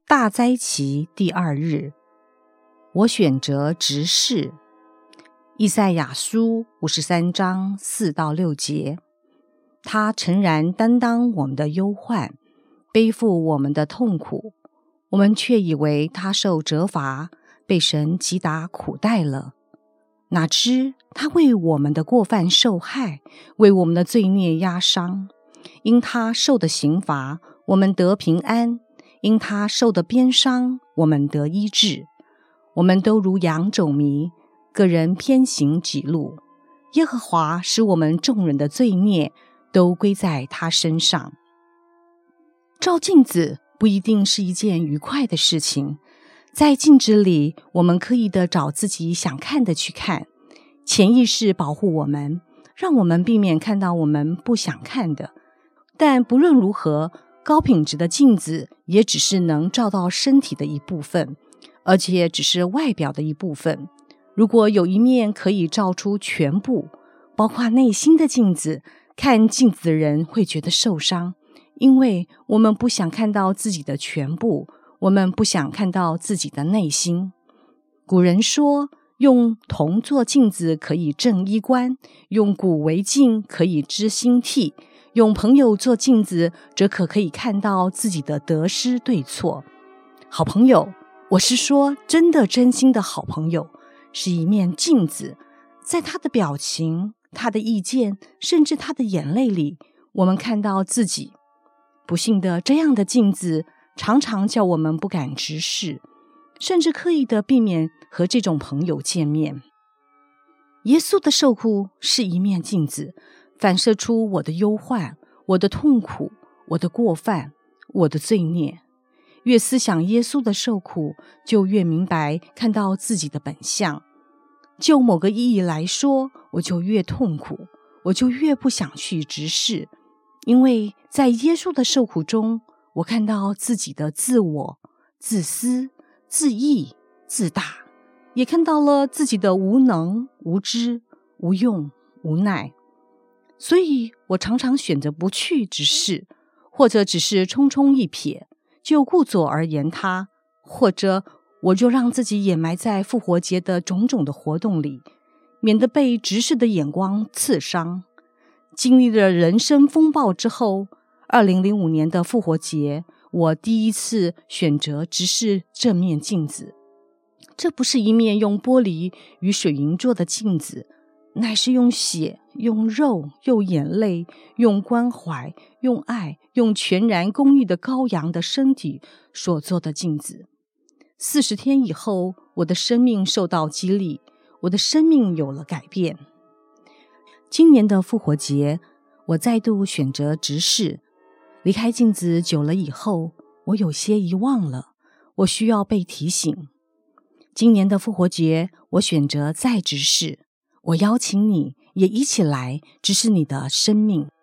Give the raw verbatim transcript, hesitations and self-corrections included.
大灾期第二日，我选择执事。以赛亚书五十三章四到六节，他诚然担当我们的忧患，背负我们的痛苦，我们却以为他受责罚，被神击打苦待了。哪知他为我们的过犯受害，为我们的罪孽压伤。因他受的刑罚，我们得平安；因他受的鞭伤，我们得医治。我们都如羊走迷，个人偏行己路。耶和华使我们众人的罪孽都归在他身上。照镜子不一定是一件愉快的事情，在镜子里，我们刻意的找自己想看的去看，潜意识保护我们，让我们避免看到我们不想看的。但不论如何，高品质的镜子也只是能照到身体的一部分，而且只是外表的一部分。如果有一面可以照出全部，包括内心的镜子，看镜子的人会觉得受伤，因为我们不想看到自己的全部，我们不想看到自己的内心。古人说，用铜做镜子可以正衣冠，用古为镜可以知兴替，用朋友做镜子则可可以看到自己的得失对错。好朋友，我是说真的真心的好朋友，是一面镜子，在他的表情、他的意见，甚至他的眼泪里，我们看到自己。不幸的，这样的镜子常常叫我们不敢直视，甚至刻意的避免和这种朋友见面。耶稣的受苦是一面镜子，反射出我的忧患、我的痛苦、我的过犯、我的罪孽。越思想耶稣的受苦，就越明白看到自己的本相。就某个意义来说，我就越痛苦，我就越不想去直视，因为在耶稣的受苦中，我看到自己的自我、自私、自义、自大，也看到了自己的无能、无知、无用、无奈。所以我常常选择不去直视，或者只是匆匆一瞥，就顾左而言他，或者我就让自己掩埋在复活节的种种的活动里，免得被直视的眼光刺伤。经历了人生风暴之后，二零零五年的复活节，我第一次选择直视这面镜子。这不是一面用玻璃与水银做的镜子，乃是用血、用肉、用眼泪、用关怀、用爱、用全然公义的羔羊的身体所做的镜子。四十天以后，我的生命受到激励，我的生命有了改变。今年的复活节，我再度选择直视。离开镜子久了以后，我有些遗忘了，我需要被提醒。今年的复活节，我选择再直视。我邀请你也一起来直视你的生命。